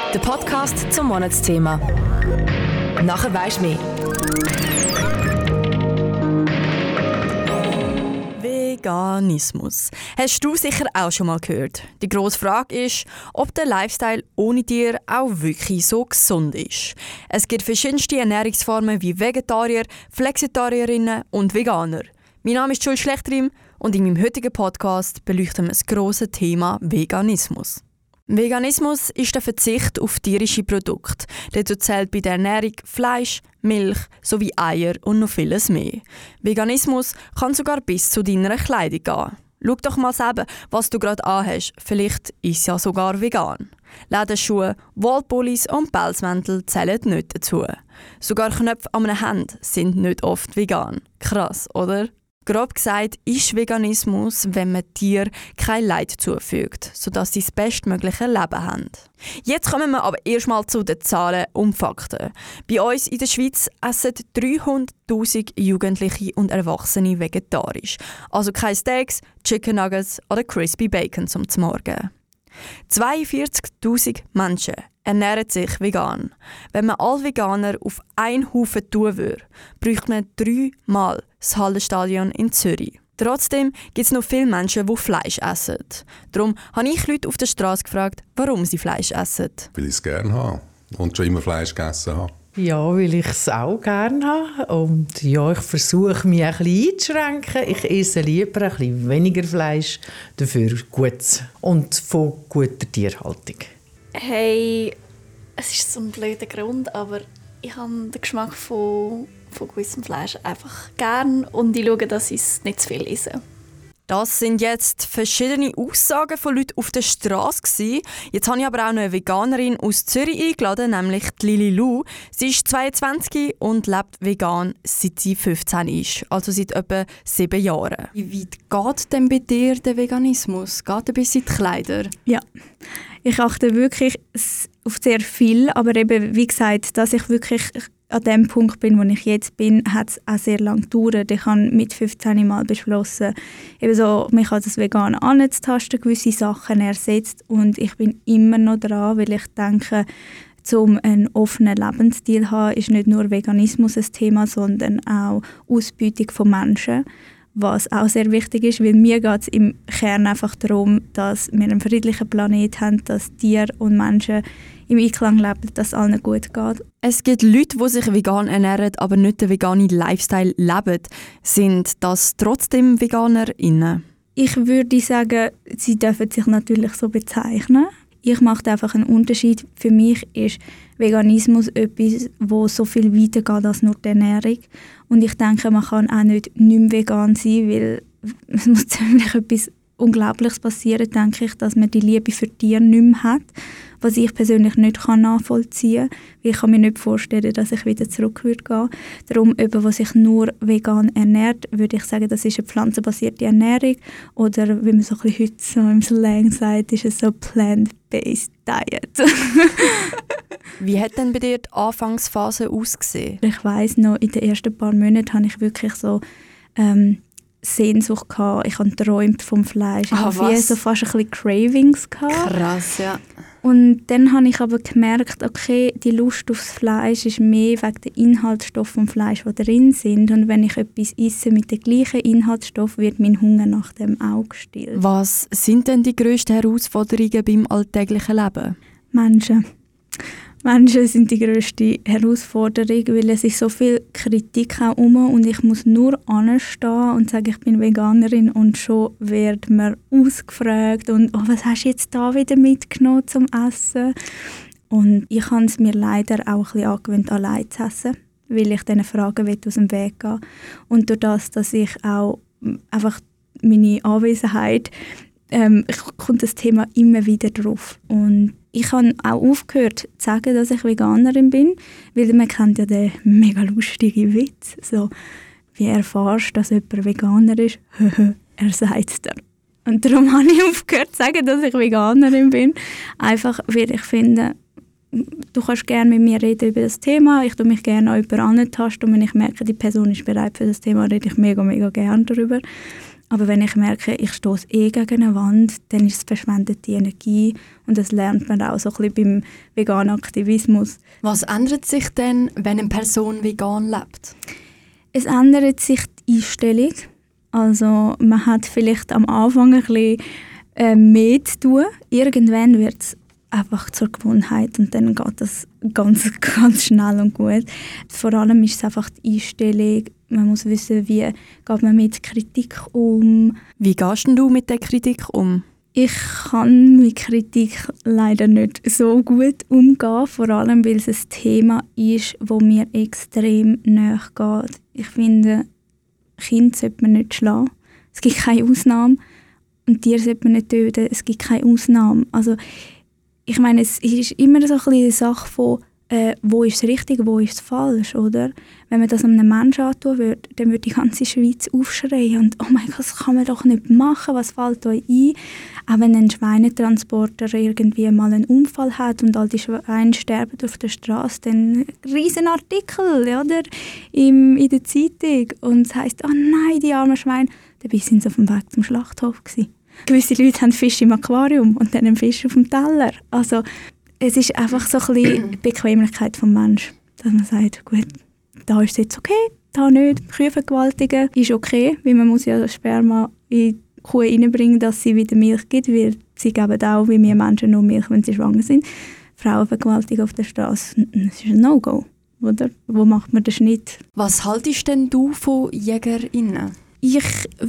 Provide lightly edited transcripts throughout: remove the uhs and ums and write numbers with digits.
Der Podcast zum Monatsthema. Nachher weisst du mehr. Veganismus. Hast du sicher auch schon mal gehört. Die grosse Frage ist, ob der Lifestyle ohne Tier auch wirklich so gesund ist. Es gibt verschiedenste Ernährungsformen wie Vegetarier, Flexitarierinnen und Veganer. Mein Name ist Jules Schlechterim und in meinem heutigen Podcast beleuchten wir das grosse Thema Veganismus. Veganismus ist der Verzicht auf tierische Produkte. Dazu zählt bei der Ernährung Fleisch, Milch sowie Eier und noch vieles mehr. Veganismus kann sogar bis zu deiner Kleidung gehen. Schau doch mal selber, was du gerade anhast. Vielleicht ist es ja sogar vegan. Lederschuhe, Wollpullis und Pelzmäntel zählen nicht dazu. Sogar Knöpfe an einer Hand sind nicht oft vegan. Krass, oder? Grob gesagt ist Veganismus, wenn man Tieren kein Leid zufügt, sodass sie das bestmögliche Leben haben. Jetzt kommen wir aber erstmal zu den Zahlen und Fakten. Bei uns in der Schweiz essen 300'000 Jugendliche und Erwachsene vegetarisch. Also keine Steaks, Chicken Nuggets oder Crispy Bacon zum Morgen. 42'000 Menschen ernähren sich vegan. Wenn man alle Veganer auf einen Haufen tun würde, bräuchte man 3-mal das Hallenstadion in Zürich. Trotzdem gibt es noch viele Menschen, die Fleisch essen. Darum habe ich Leute auf der Straße gefragt, warum sie Fleisch essen. Weil ich es gerne habe und schon immer Fleisch gegessen habe. Ja, weil ich es auch gerne habe. Und ja, ich versuche, mich ein bisschen einzuschränken. Ich esse lieber ein bisschen weniger Fleisch, dafür Gutes und von guter Tierhaltung. Hey, es ist so ein blöder Grund, aber ich habe den Geschmack von gewissem Fleisch einfach gern und ich schaue, dass ich es nicht zu viel esse. Das sind jetzt verschiedene Aussagen von Leuten auf der Straße. Jetzt habe ich aber auch noch eine Veganerin aus Zürich eingeladen, nämlich die Lili Lu. Sie ist 22 und lebt vegan, seit sie 15 ist, also seit etwa 7 Jahren. Wie weit geht denn bei dir der Veganismus? Geht er bis in die Kleider? Ja, ich achte wirklich auf sehr viel, aber eben, wie gesagt, dass ich wirklich an dem Punkt bin, wo ich jetzt bin, hat es auch sehr lange gedauert. Ich habe mit 15 Mal beschlossen, eben so, mich an das Vegane anzutasten, gewisse Sachen ersetzt und ich bin immer noch dran, weil ich denke, um einen offenen Lebensstil zu haben, ist nicht nur Veganismus ein Thema, sondern auch Ausbeutung von Menschen, was auch sehr wichtig ist, weil mir geht es im Kern einfach darum, dass wir einen friedlichen Planet haben, dass Tiere und Menschen im Einklang leben, dass es allen gut geht. Es gibt Leute, die sich vegan ernähren, aber nicht den veganen Lifestyle leben. Sind das trotzdem VeganerInnen? Ich würde sagen, sie dürfen sich natürlich so bezeichnen. Ich mache einfach einen Unterschied. Für mich ist Veganismus etwas, das so viel weiter geht als nur die Ernährung. Und ich denke, man kann auch nicht mehr vegan sein, weil es muss ziemlich etwas Unglaubliches passieren, denke ich, dass man die Liebe für Tiere nicht mehr hat, was ich persönlich nicht nachvollziehen kann. Ich kann mir nicht vorstellen, dass ich wieder zurück würde gehen. Darum, jemand, der sich nur vegan ernährt, würde ich sagen, das ist eine pflanzenbasierte Ernährung. Oder wie man so ein bisschen heute so im Slang sagt, ist es so plant-based diet. Wie hat denn bei dir die Anfangsphase ausgesehen? Ich weiss noch, in den ersten paar Monaten hatte ich wirklich so Sehnsucht gehabt. Ich habe geträumt vom Fleisch. Ich hatte so fast ein bisschen Cravings gehabt. Krass, ja. Und dann habe ich aber gemerkt, okay, die Lust aufs Fleisch ist mehr wegen den Inhaltsstoffen vom Fleisch, die drin sind. Und wenn ich etwas esse mit den gleichen Inhaltsstoffen, wird mein Hunger nach dem auch gestillt. Was sind denn die grössten Herausforderungen beim alltäglichen Leben? Menschen sind die grösste Herausforderung, weil es ist so viel Kritik auch und ich muss nur anstehen und sagen, ich bin Veganerin und schon wird mir ausgefragt und «Oh, was hast du jetzt da wieder mitgenommen zum Essen?» Und ich habe es mir leider auch ein bisschen angewöhnt, allein zu essen, weil ich diesen Fragen aus dem Weg gehen will. Und durch das, dass ich auch einfach meine Anwesenheit kommt das Thema immer wieder drauf. Und ich habe auch aufgehört zu sagen, dass ich Veganerin bin, weil man kennt ja den mega lustigen Witz. So, wie erfährst du, dass jemand Veganer ist? Er sagt es dir. Und darum habe ich aufgehört zu sagen, dass ich Veganerin bin. Einfach, weil ich finde, du kannst gerne mit mir reden über das Thema. Ich tue mich gerne an jemanden antasten und wenn ich merke, die Person ist bereit für das Thema, rede ich mega, mega gerne darüber. Aber wenn ich merke, ich stoße gegen eine Wand, dann ist es verschwendete Energie. Und das lernt man auch so ein bisschen beim veganen Aktivismus. Was ändert sich denn, wenn eine Person vegan lebt? Es ändert sich die Einstellung. Also man hat vielleicht am Anfang ein bisschen mehr zu tun. Irgendwann wird es einfach zur Gewohnheit und dann geht das ganz, ganz schnell und gut. Vor allem ist es einfach die Einstellung. Man muss wissen, wie geht man mit Kritik um. Wie gehst denn du mit der Kritik um? Ich kann mit Kritik leider nicht so gut umgehen, vor allem weil es ein Thema ist, das mir extrem nahe geht. Ich finde, Kinder sollte man nicht schlagen. Es gibt keine Ausnahme. Und Tiere sollte man nicht töten. Es gibt keine Ausnahme. Also, ich meine, es ist immer so ein bisschen eine Sache von, wo ist es richtig, wo ist es falsch, oder? Wenn man das einem Menschen antun würde, dann würde die ganze Schweiz aufschreien und «Oh mein Gott, das kann man doch nicht machen, was fällt euch ein?» Auch wenn ein Schweinetransporter irgendwie mal einen Unfall hat und all die Schweine sterben auf der Straße, dann ein riesen Artikel, oder? In der Zeitung. Und es heisst «Oh nein, die armen Schweine!» Dabei sind sie auf dem Weg zum Schlachthof gewesen. Gewisse Leute haben Fisch im Aquarium und dann einen Fisch auf dem Teller. Also, es ist einfach so ein bisschen die Bequemlichkeit des Menschen, dass man sagt, gut, da ist es jetzt okay, da nicht. Kühe vergewaltigen ist okay, weil man muss ja das Sperma in die Kuh reinbringen, dass sie wieder Milch gibt, weil sie geben auch, wie wir Menschen, nur Milch, wenn sie schwanger sind. Frauenvergewaltigung auf der Straße, das ist ein No-Go, oder? Wo macht man den Schnitt? Was haltest denn du von JägerInnen? Ich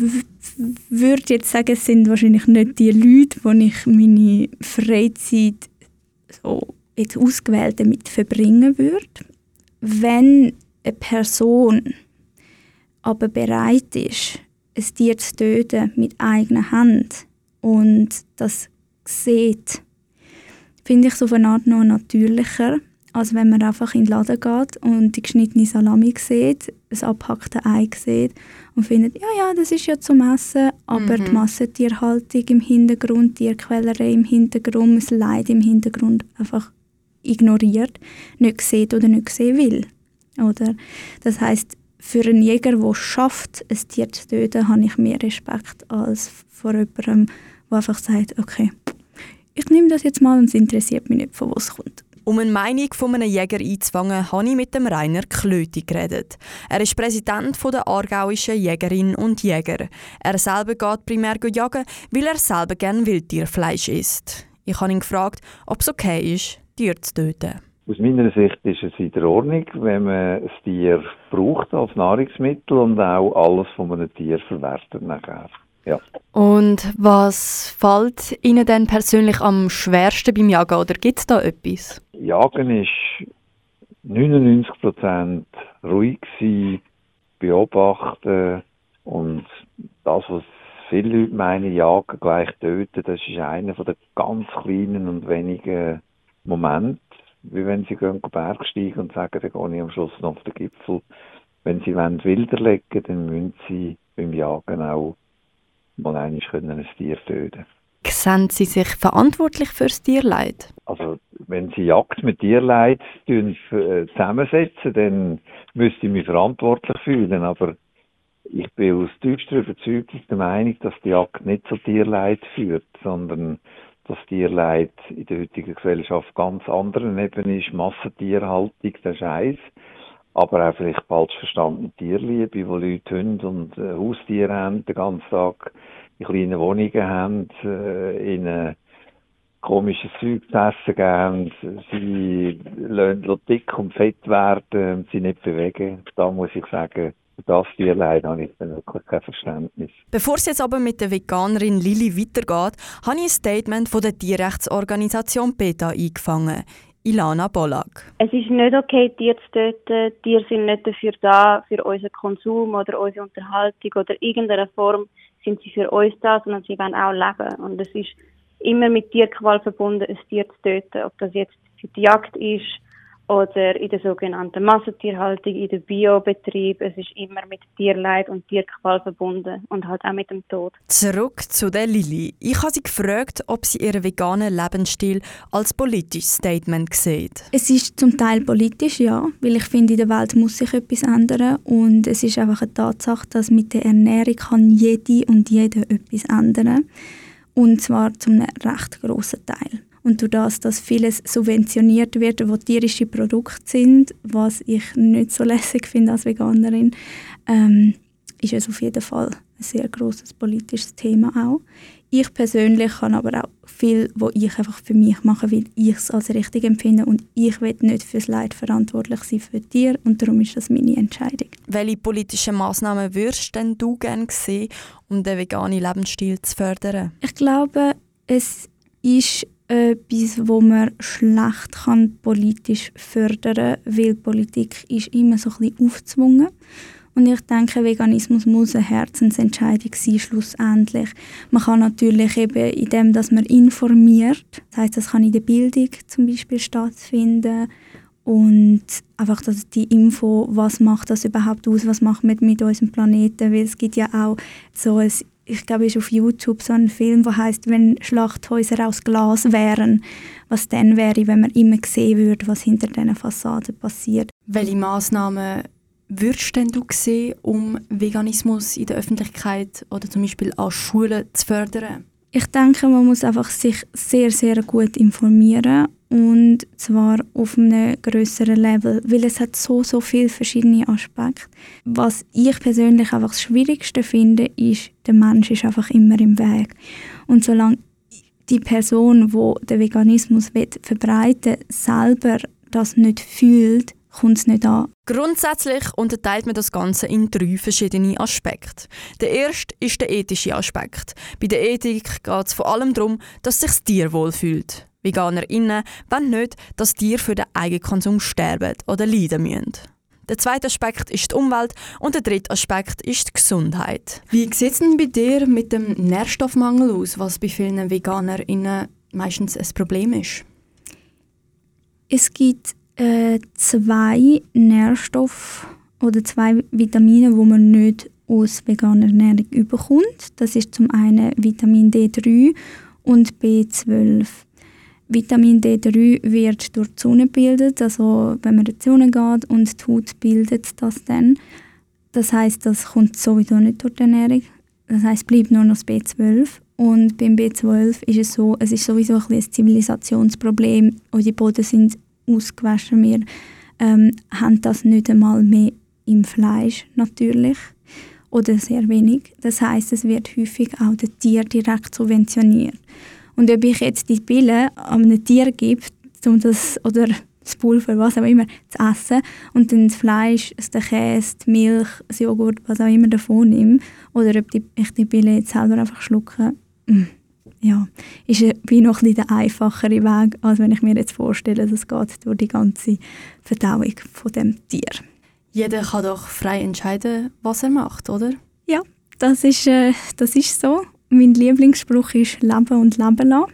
würde jetzt sagen, es sind wahrscheinlich nicht die Leute, wo ich meine Freizeit so jetzt ausgewählt damit verbringen würde. Wenn eine Person aber bereit ist, ein Tier zu töten mit eigener Hand und das sieht, finde ich es auf eine Art noch natürlicher, als wenn man einfach in den Laden geht und die geschnittene Salami sieht, das abgehackte Ei sieht und findet, ja, das ist ja zum Essen, aber die Massentierhaltung im Hintergrund, die Tierquälerei im Hintergrund, das Leid im Hintergrund einfach ignoriert, nicht sieht oder nicht sehen will. Oder? Das heisst, für einen Jäger, der es schafft, ein Tier zu töten, habe ich mehr Respekt als vor jemandem, der einfach sagt, okay, ich nehme das jetzt mal und es interessiert mich nicht, von wo es kommt. Um eine Meinung von einem Jäger einzufangen, habe ich mit dem Rainer Klöti geredet. Er ist Präsident der aargauischen Jägerinnen und Jäger. Er selber geht primär jagen, weil er selber gerne Wildtierfleisch isst. Ich habe ihn gefragt, ob es okay ist, Tiere zu töten. Aus meiner Sicht ist es in der Ordnung, wenn man das Tier braucht als Nahrungsmittel und auch alles von einem Tier verwertet nachher. Ja. Und was fällt Ihnen denn persönlich am schwersten beim Jagen oder gibt es da etwas? Jagen ist 99% ruhig sein, beobachten und das, was viele Leute meinen, jagen gleich töten, das ist einer der ganz kleinen und wenigen Momente, wie wenn sie Bergsteigen und sagen, dann gehe ich am Schluss noch auf den Gipfel. Wenn sie Wilder legen wollen, dann müssen sie beim Jagen auch mal einmal ein Tier töten. Sehen Sie sich verantwortlich für das Tierleid? Also, wenn Sie Jagd mit Tierleid zusammensetzen, dann müsste ich mich verantwortlich fühlen. Aber ich bin aus tiefster Überzeugung der Meinung, dass die Jagd nicht zu Tierleid führt, sondern dass Tierleid in der heutigen Gesellschaft ganz anderen Ebene ist. Massentierhaltung, das ist eins. Aber auch vielleicht falsch verstandene Tierliebe, wo Leute Hunde und Haustiere haben, den ganzen Tag in kleinen Wohnungen haben, ihnen komisches Zeug zu essen geben, sie lassen dick und fett werden, sie nicht bewegen. Da muss ich sagen, für das Tierleid habe ich dann wirklich kein Verständnis. Bevor es jetzt aber mit der Veganerin Lili weitergeht, habe ich ein Statement von der Tierrechtsorganisation PETA eingefangen. Ilana Bollack. Es ist nicht okay, Tiere zu töten. Tiere sind nicht dafür da, für unseren Konsum oder unsere Unterhaltung oder irgendeiner Form sind sie für uns da, sondern sie wollen auch leben. Und es ist immer mit Tierqual verbunden, ein Tier zu töten. Ob das jetzt für die Jagd ist oder in der sogenannten Massentierhaltung, in den Biobetrieb. Es ist immer mit Tierleid und Tierqual verbunden und halt auch mit dem Tod. Zurück zu der Lili. Ich habe sie gefragt, ob sie ihren veganen Lebensstil als politisches Statement sieht. Es ist zum Teil politisch, ja, weil ich finde, in der Welt muss sich etwas ändern und es ist einfach eine Tatsache, dass mit der Ernährung kann jede und jeder etwas ändern, und zwar zu einem recht grossen Teil. Und durch das, dass vieles subventioniert wird, wo tierische Produkte sind, was ich nicht so lässig finde als Veganerin, ist es auf jeden Fall ein sehr grosses politisches Thema auch. Ich persönlich kann aber auch viel, was ich einfach für mich mache, weil ich es als richtig empfinde und ich will nicht fürs Leid verantwortlich sein für Tiere und darum ist das meine Entscheidung. Welche politischen Massnahmen würdest denn du gerne sehen, um den veganen Lebensstil zu fördern? Ich glaube, es ist etwas, wo man schlecht politisch fördern kann, weil Politik ist immer so ein bisschen aufgezwungen. Und ich denke, Veganismus muss eine Herzensentscheidung sein, schlussendlich. Man kann natürlich eben in dem, dass man informiert, das heisst, das kann in der Bildung zum Beispiel stattfinden und einfach dass die Info, was macht das überhaupt aus, was macht man mit unserem Planeten, weil es gibt ja auch so ein, ich glaube, es ist auf YouTube so ein Film, der heisst, wenn Schlachthäuser aus Glas wären, was dann wäre, wenn man immer sehen würde, was hinter diesen Fassaden passiert. Welche Massnahmen würdest denn du sehen, um Veganismus in der Öffentlichkeit oder zum Beispiel an Schulen zu fördern? Ich denke, man muss einfach sich sehr, sehr gut informieren und zwar auf einem grösseren Level, weil es hat so viele verschiedene Aspekte. Was ich persönlich einfach das Schwierigste finde, ist, der Mensch ist einfach immer im Weg. Und solange die Person, die den Veganismus verbreiten will, selber das nicht fühlt, kommt es nicht an. Grundsätzlich unterteilt man das Ganze in 3 verschiedene Aspekte. Der erste ist der ethische Aspekt. Bei der Ethik geht es vor allem darum, dass sich das Tier wohlfühlt. VeganerInnen wollen nicht, dass Tiere für den Eigenkonsum sterben oder leiden müssen. Der zweite Aspekt ist die Umwelt und der dritte Aspekt ist die Gesundheit. Wie sieht es denn bei dir mit dem Nährstoffmangel aus, was bei vielen VeganerInnen meistens ein Problem ist? Es gibt 2 Nährstoffe oder 2 Vitamine, die man nicht aus veganer Ernährung bekommt. Das ist zum einen Vitamin D3 und B12. Vitamin D3 wird durch die Sonne gebildet, also wenn man in die Sonne geht und die Haut bildet das dann. Das heisst, das kommt sowieso nicht durch die Ernährung. Das heisst, es bleibt nur noch das B12. Und beim B12 ist es so, es ist sowieso ein Zivilisationsproblem. Unsere Boden sind ausgewaschen. Wir haben das nicht einmal mehr im Fleisch natürlich oder sehr wenig. Das heisst, es wird häufig auch den Tier direkt subventioniert. Und ob ich jetzt die Pille an einem Tier gebe, um das, oder das Pulver, was auch immer, zu essen und dann das Fleisch, den Käse, die Milch, das Joghurt, was auch immer davon nehme, oder ob ich die Pille jetzt selber einfach schlucke, ja, ist wie noch ein der einfachere Weg, als wenn ich mir jetzt vorstelle, das geht durch die ganze Verdauung von dem Tier. Jeder kann doch frei entscheiden, was er macht, oder? Ja, das ist so. Mein Lieblingsspruch ist «Leben und Leben lassen».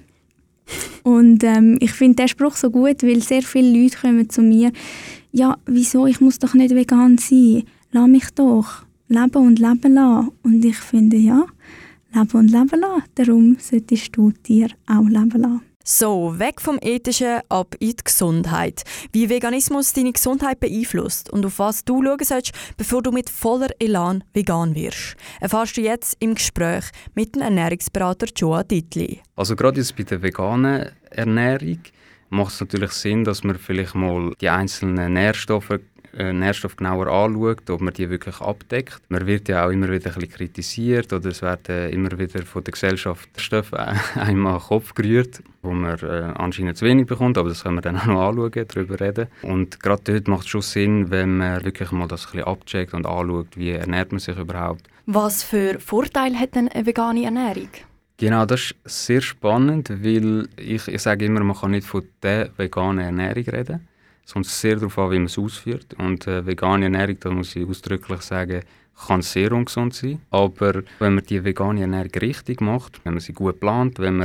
Und ich finde diesen Spruch so gut, weil sehr viele Leute kommen zu mir, «Ja, wieso, ich muss doch nicht vegan sein, lass mich doch leben und leben lassen». Und ich finde, ja, leben und leben lassen, darum solltest du dir auch leben lassen. So, weg vom Ethischen, ab in die Gesundheit. Wie Veganismus deine Gesundheit beeinflusst und auf was du schauen sollst, bevor du mit voller Elan vegan wirst, erfährst du jetzt im Gespräch mit dem Ernährungsberater Joa Dietli. Also gerade jetzt bei der veganen Ernährung macht es natürlich Sinn, dass man vielleicht mal die einzelnen Nährstoffe genauer anschaut, ob man die wirklich abdeckt. Man wird ja auch immer wieder ein bisschen kritisiert oder es werden immer wieder von der Gesellschaft Stoffe einem an den Kopf gerührt, wo man anscheinend zu wenig bekommt, aber das können wir dann auch noch anschauen, darüber reden. Und gerade dort macht es schon Sinn, wenn man wirklich mal das ein bisschen abcheckt und anschaut, wie ernährt man sich überhaupt. Was für Vorteile hat denn eine vegane Ernährung? Genau, das ist sehr spannend, weil ich sage immer, man kann nicht von der veganen Ernährung reden. Es kommt sehr darauf an, wie man es ausführt. Und vegane Ernährung, da muss ich ausdrücklich sagen, kann sehr ungesund sein. Aber wenn man die vegane Ernährung richtig macht, wenn man sie gut plant, wenn man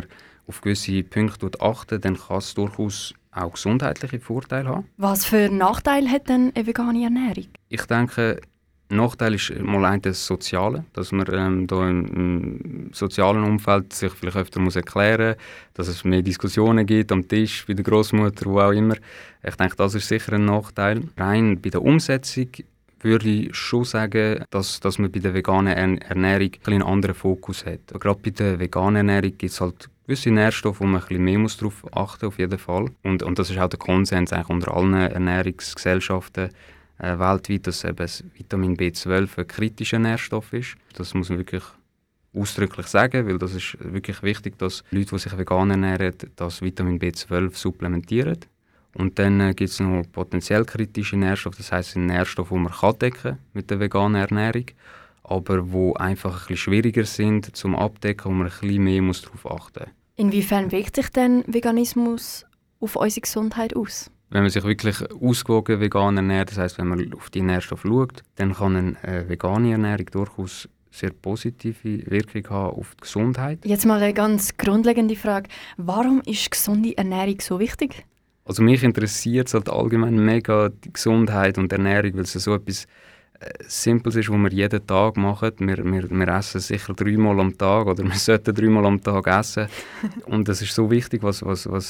auf gewisse Punkte achtet, dann kann es durchaus auch gesundheitliche Vorteile haben. Was für Nachteile hat denn eine vegane Ernährung? Ich denke, Nachteil ist mal ein das Soziale, dass man da im sozialen Umfeld sich vielleicht öfter muss erklären muss, dass es mehr Diskussionen gibt am Tisch, bei der Großmutter, wo auch immer. Ich denke, das ist sicher ein Nachteil. Rein bei der Umsetzung würde ich schon sagen, dass man bei der veganen Ernährung einen anderen Fokus hat. Gerade bei der veganen Ernährung gibt es halt gewisse Nährstoffe, wo man ein bisschen mehr darauf achten muss, auf jeden Fall. Und das ist auch der Konsens eigentlich unter allen Ernährungsgesellschaften weltweit, dass eben das Vitamin B12 ein kritischer Nährstoff ist. Das muss man wirklich ausdrücklich sagen, weil das ist wirklich wichtig, dass Leute, die sich vegan ernähren, das Vitamin B12 supplementieren. Und dann gibt es noch potenziell kritische Nährstoffe, das heisst Nährstoffe, die man decken mit der veganen Ernährung, aber die einfach ein bisschen schwieriger sind zum Abdecken, wo man ein bisschen mehr darauf achten muss. Inwiefern wirkt sich denn Veganismus auf unsere Gesundheit aus? Wenn man sich wirklich ausgewogen vegan ernährt, das heisst, wenn man auf die Nährstoffe schaut, dann kann eine vegane Ernährung durchaus sehr positive Wirkung haben auf die Gesundheit. Jetzt mal eine ganz grundlegende Frage. Warum ist gesunde Ernährung so wichtig? Also mich interessiert es halt allgemein mega die Gesundheit und Ernährung, weil es so etwas Simples ist, was wir jeden Tag machen. Wir essen sicher 3-mal am Tag oder wir sollten 3-mal am Tag essen. Und es ist so wichtig, was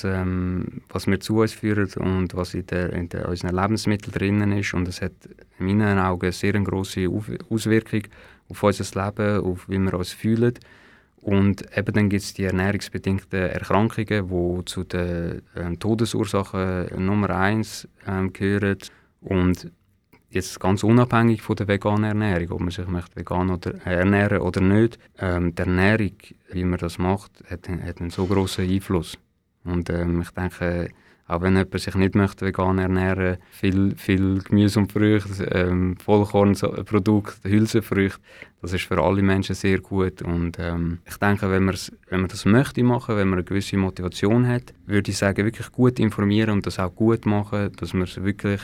wir zu uns führen und was in unseren Lebensmitteln drinnen ist. Und es hat in meinen Augen eine sehr grosse Auswirkung auf unser Leben, auf wie wir uns fühlen. Und eben dann gibt es die ernährungsbedingten Erkrankungen, die zu den Todesursachen Nummer 1 gehören. Und jetzt ganz unabhängig von der veganen Ernährung, ob man sich vegan ernähren oder nicht, die Ernährung, wie man das macht, hat einen so grossen Einfluss. Und ich denke, auch wenn jemand sich nicht vegan ernähren möchte, viel Gemüse und Früchte, Vollkornprodukte, Hülsenfrüchte, das ist für alle Menschen sehr gut. Und ich denke, wenn man das möchte machen, wenn man eine gewisse Motivation hat, würde ich sagen, wirklich gut informieren und das auch gut machen, dass man es wirklich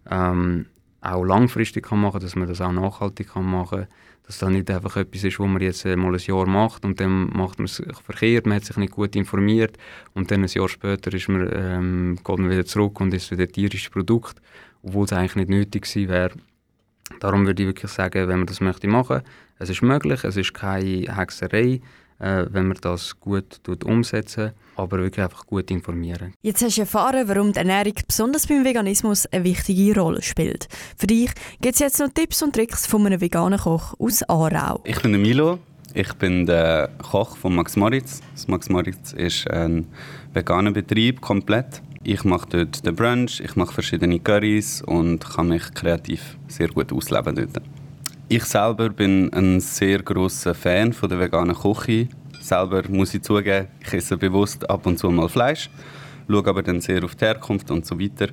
auch langfristig machen kann, dass man das auch nachhaltig machen kann. Dass das nicht einfach etwas ist, wo man jetzt mal ein Jahr macht und dann macht man es verkehrt, man hat sich nicht gut informiert und dann ein Jahr später geht man wieder zurück und isst wieder tierisches Produkt, obwohl es eigentlich nicht nötig gewesen wäre. Darum würde ich wirklich sagen, wenn man das möchte machen, es ist möglich, es ist keine Hexerei, wenn man das gut umsetzen, aber wirklich einfach gut informieren. Jetzt hast du erfahren, warum die Ernährung besonders beim Veganismus eine wichtige Rolle spielt. Für dich gibt es jetzt noch Tipps und Tricks von einem veganen Koch aus Aarau. Ich bin der Milo, ich bin der Koch von Max Moritz. Das Max Moritz ist ein veganer Betrieb, komplett. Ich mache dort den Brunch, ich mache verschiedene Currys und kann mich kreativ sehr gut ausleben dort. Ich selber bin ein sehr grosser Fan von der veganen Küche. Selber muss ich zugeben, ich esse bewusst ab und zu mal Fleisch, schaue aber dann sehr auf die Herkunft und so weiter.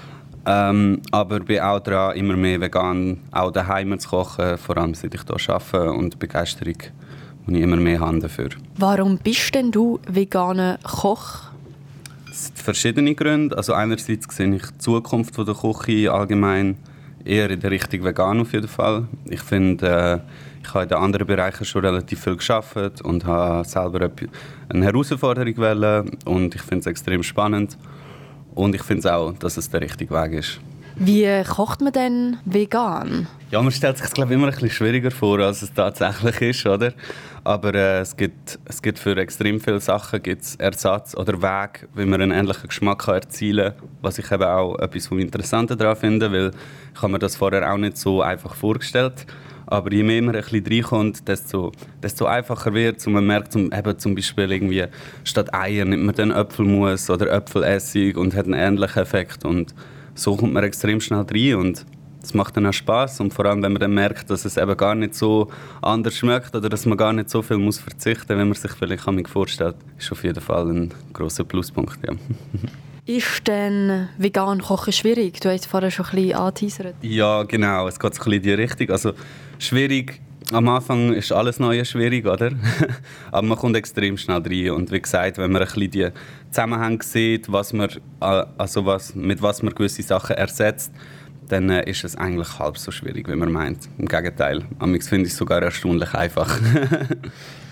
Aber bin auch daran, immer mehr vegan auch daheim zu kochen, vor allem seit ich hier arbeite und die Begeisterung, die ich immer mehr habe dafür. Warum bist denn du veganer Koch? Es sind verschiedene Gründe. Also einerseits sehe ich die Zukunft der Küche allgemein eher in der Richtung vegan auf jeden Fall. Ich finde, ich habe in den anderen Bereichen schon relativ viel gearbeitet und habe selber eine Herausforderung gewählt und ich finde es extrem spannend und ich finde auch, dass es der richtige Weg ist. Wie kocht man denn vegan? Ja, man stellt sich das, glaube ich, immer ein bisschen schwieriger vor, als es tatsächlich ist, oder? Aber es gibt für extrem viele Sachen gibt's Ersatz oder Weg, wie man einen ähnlichen Geschmack erzielen kann, was ich eben auch etwas vom Interessanten daran finde, weil ich habe mir das vorher auch nicht so einfach vorgestellt. Aber je mehr man ein bisschen reinkommt, desto einfacher wird es. Und man merkt zum Beispiel irgendwie, statt Eier nimmt man dann Äpfelmus oder Äpfelessig und hat einen ähnlichen Effekt. Und so kommt man extrem schnell rein und es macht dann auch Spass. Und vor allem, wenn man dann merkt, dass es eben gar nicht so anders schmeckt oder dass man gar nicht so viel muss verzichten muss, wenn man sich vielleicht vorstellt, ist auf jeden Fall ein grosser Pluspunkt. Ja. Ist denn vegan kochen schwierig? Du hast vorher schon ein bisschen angeteasert. Ja, genau. Es geht so ein bisschen in die Richtung. Also, schwierig. Am Anfang ist alles Neue schwierig, oder? Aber man kommt extrem schnell rein. Und wie gesagt, wenn man ein bisschen die Zusammenhänge sieht, mit was man gewisse Sachen ersetzt, dann ist es eigentlich halb so schwierig, wie man meint. Im Gegenteil. Amigs finde ich es sogar erstaunlich einfach.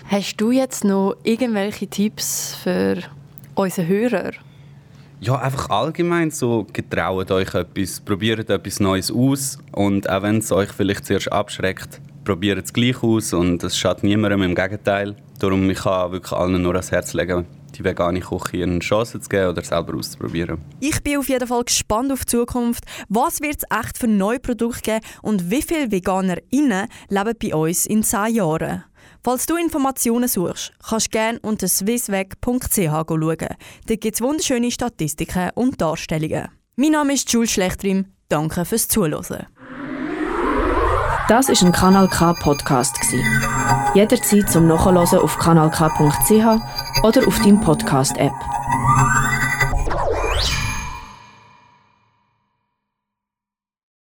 Hast du jetzt noch irgendwelche Tipps für unsere Hörer? Ja, einfach allgemein so, getraut euch etwas, probiert etwas Neues aus und auch wenn es euch vielleicht zuerst abschreckt, probiert es gleich aus und es schadet niemandem, im Gegenteil. Darum ich kann wirklich allen nur ans Herz legen, die vegane Küche eine Chance zu geben oder selber auszuprobieren. Ich bin auf jeden Fall gespannt auf die Zukunft. Was wird es echt für neue Produkte geben und wie viele VeganerInnen leben bei uns in 10 Jahren? Falls du Informationen suchst, kannst du gerne unter swissveg.ch schauen. Dort gibt es wunderschöne Statistiken und Darstellungen. Mein Name ist Jules Schlechtrim. Danke fürs Zuhören. Das war ein Kanal K Podcast. Jederzeit zum Nachhören auf kanalk.ch oder auf deinem Podcast-App.